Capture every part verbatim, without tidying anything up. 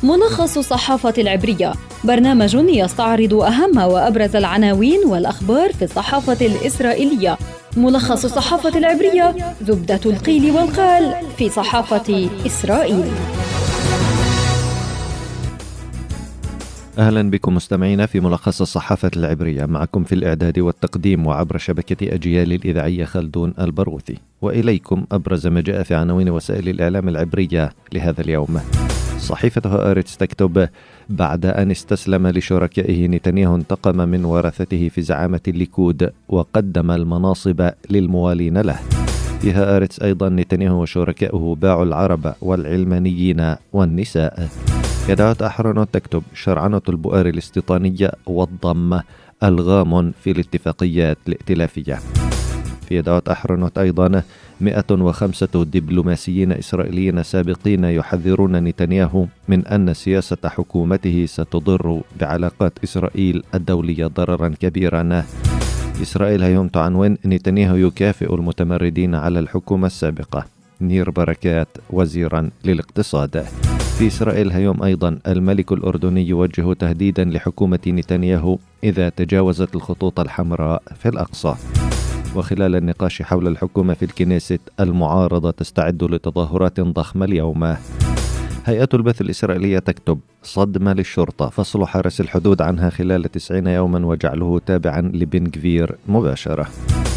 ملخص الصحافة العبرية، برنامج يستعرض أهم وأبرز العناوين والأخبار في الصحافة الإسرائيلية. ملخص الصحافة العبرية، زبدة القيل والقال في صحافة إسرائيل. أهلا بكم مستمعينا في ملخص الصحافة العبرية، معكم في الإعداد والتقديم وعبر شبكة أجيال الإذاعية خلدون البرغوثي، وإليكم أبرز ما جاء في عناوين وسائل الإعلام العبرية لهذا اليوم. صحيفة هآرتس تكتب: بعد أن استسلم لشركائه نتنياهو انتقم من ورثته في زعامة الليكود وقدم المناصب للموالين له. في هآرتس أيضا: نتنياهو وشركائه باعوا العرب والعلمانيين والنساء. يدعوت أحرنوت تكتب: شرعنة البؤر الاستيطانية والضم ألغام في الاتفاقيات الائتلافية. في يدعوت أحرنوت أيضا: مئة وخمسة دبلوماسيين إسرائيليين سابقين يحذرون نتنياهو من أن سياسة حكومته ستضر بعلاقات إسرائيل الدولية ضررا كبيرا. إسرائيل هيوم تعنون: نتنياهو يكافئ المتمردين على الحكومة السابقة. نير بركات وزيرا للاقتصاد. في إسرائيل هيوم أيضا: الملك الأردني يوجه تهديدا لحكومة نتنياهو إذا تجاوزت الخطوط الحمراء في الأقصى. وخلال النقاش حول الحكومة في الكنيست، المعارضة تستعد لتظاهرات ضخمة اليوم. هيئة البث الإسرائيلية تكتب: صدمة للشرطة، فصل حرس الحدود عنها خلال تسعين يوما وجعله تابعا لبن غفير مباشرة.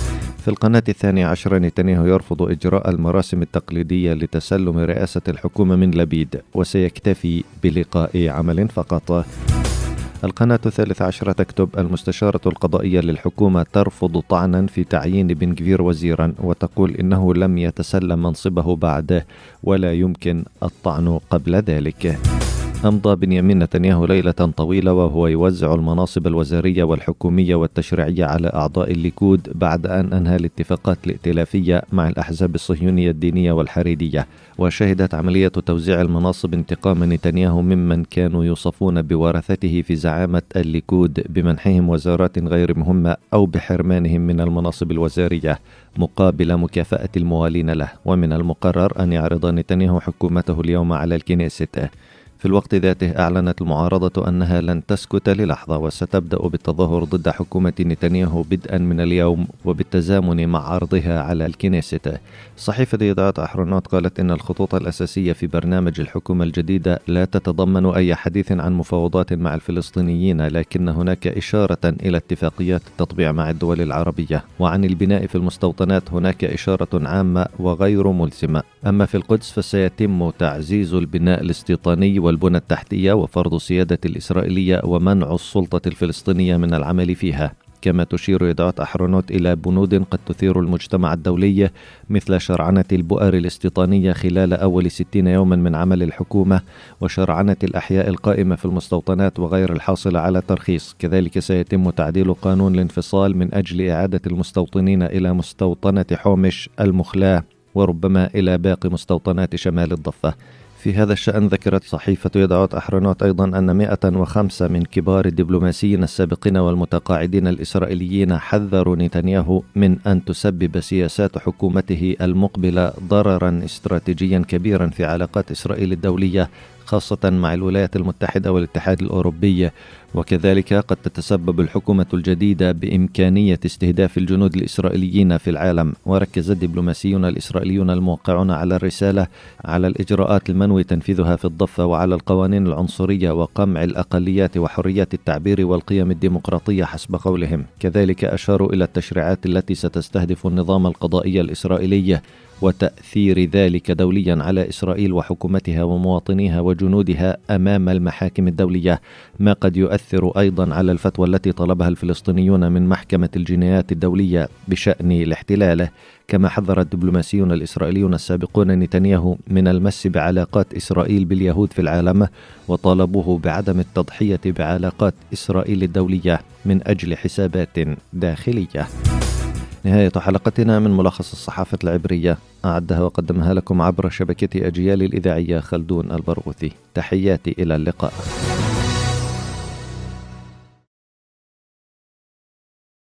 في القناة الثانية عشر: نتنياهو يرفض إجراء المراسم التقليدية لتسلم رئاسة الحكومة من لبيد وسيكتفي بلقاء عمل فقط. القناة الثالثة عشرة تكتب: المستشارة القضائية للحكومة ترفض طعنا في تعيين بن غفير وزيرا وتقول إنه لم يتسلم منصبه بعد ولا يمكن الطعن قبل ذلك. أمضى بنيامين نتنياهو ليلة طويلة وهو يوزع المناصب الوزارية والحكومية والتشريعية على أعضاء الليكود بعد أن أنهى الاتفاقات الائتلافية مع الأحزاب الصهيونية الدينية والحريدية. وشهدت عملية توزيع المناصب انتقام نتنياهو ممن كانوا يوصفون بورثته في زعامة الليكود بمنحهم وزارات غير مهمة أو بحرمانهم من المناصب الوزارية مقابل مكافأة الموالين له. ومن المقرر أن يعرض نتنياهو حكومته اليوم على الكنيست. في الوقت ذاته أعلنت المعارضة أنها لن تسكت للحظة وستبدأ بالتظاهر ضد حكومة نتنياهو بدءا من اليوم وبالتزامن مع عرضها على الكنيست. صحيفة يدعوت أحرنوت قالت إن الخطوط الأساسية في برنامج الحكومة الجديدة لا تتضمن أي حديث عن مفاوضات مع الفلسطينيين، لكن هناك إشارة إلى اتفاقيات التطبيع مع الدول العربية. وعن البناء في المستوطنات هناك إشارة عامة وغير ملزمة. أما في القدس فسيتم تعزيز البناء الاستيطاني والبنى التحتية وفرض سيادة الإسرائيلية ومنع السلطة الفلسطينية من العمل فيها. كما تشير يدعوت أحرنوت إلى بنود قد تثير المجتمع الدولي مثل شرعنة البؤر الاستيطانية خلال أول ستين يوما من عمل الحكومة وشرعنة الأحياء القائمة في المستوطنات وغير الحاصلة على ترخيص. كذلك سيتم تعديل قانون الانفصال من أجل إعادة المستوطنين إلى مستوطنة حومش المخلاة وربما إلى باقي مستوطنات شمال الضفة. في هذا الشأن ذكرت صحيفة يدعوت أحرنوت أيضا أن مئة وخمسة من كبار الدبلوماسيين السابقين والمتقاعدين الإسرائيليين حذروا نتنياهو من أن تسبب سياسات حكومته المقبلة ضررا استراتيجيا كبيرا في علاقات إسرائيل الدولية، خاصة مع الولايات المتحدة والاتحاد الأوروبي. وكذلك قد تتسبب الحكومة الجديدة بإمكانية استهداف الجنود الإسرائيليين في العالم. وركز الدبلوماسيون الإسرائيليون الموقعون على الرسالة على الإجراءات المنوي تنفيذها في الضفة وعلى القوانين العنصرية وقمع الأقليات وحريات التعبير والقيم الديمقراطية حسب قولهم. كذلك أشاروا إلى التشريعات التي ستستهدف النظام القضائي الإسرائيلي وتأثير ذلك دوليا على إسرائيل وحكومتها ومواطنيها وجنودها أمام المحاكم الدولية، ما قد يؤثر أيضا على الفتوى التي طلبها الفلسطينيون من محكمة الجنايات الدولية بشأن الاحتلال. كما حذر الدبلوماسيون الإسرائيليون السابقون نتنياهو من المس بعلاقات إسرائيل باليهود في العالم، وطالبوه بعدم التضحية بعلاقات إسرائيل الدولية من أجل حسابات داخلية. نهاية حلقتنا من ملخص الصحافة العبرية، أعدها وقدمها لكم عبر شبكة أجيال الإذاعية خلدون البرغوثي. تحياتي، إلى اللقاء.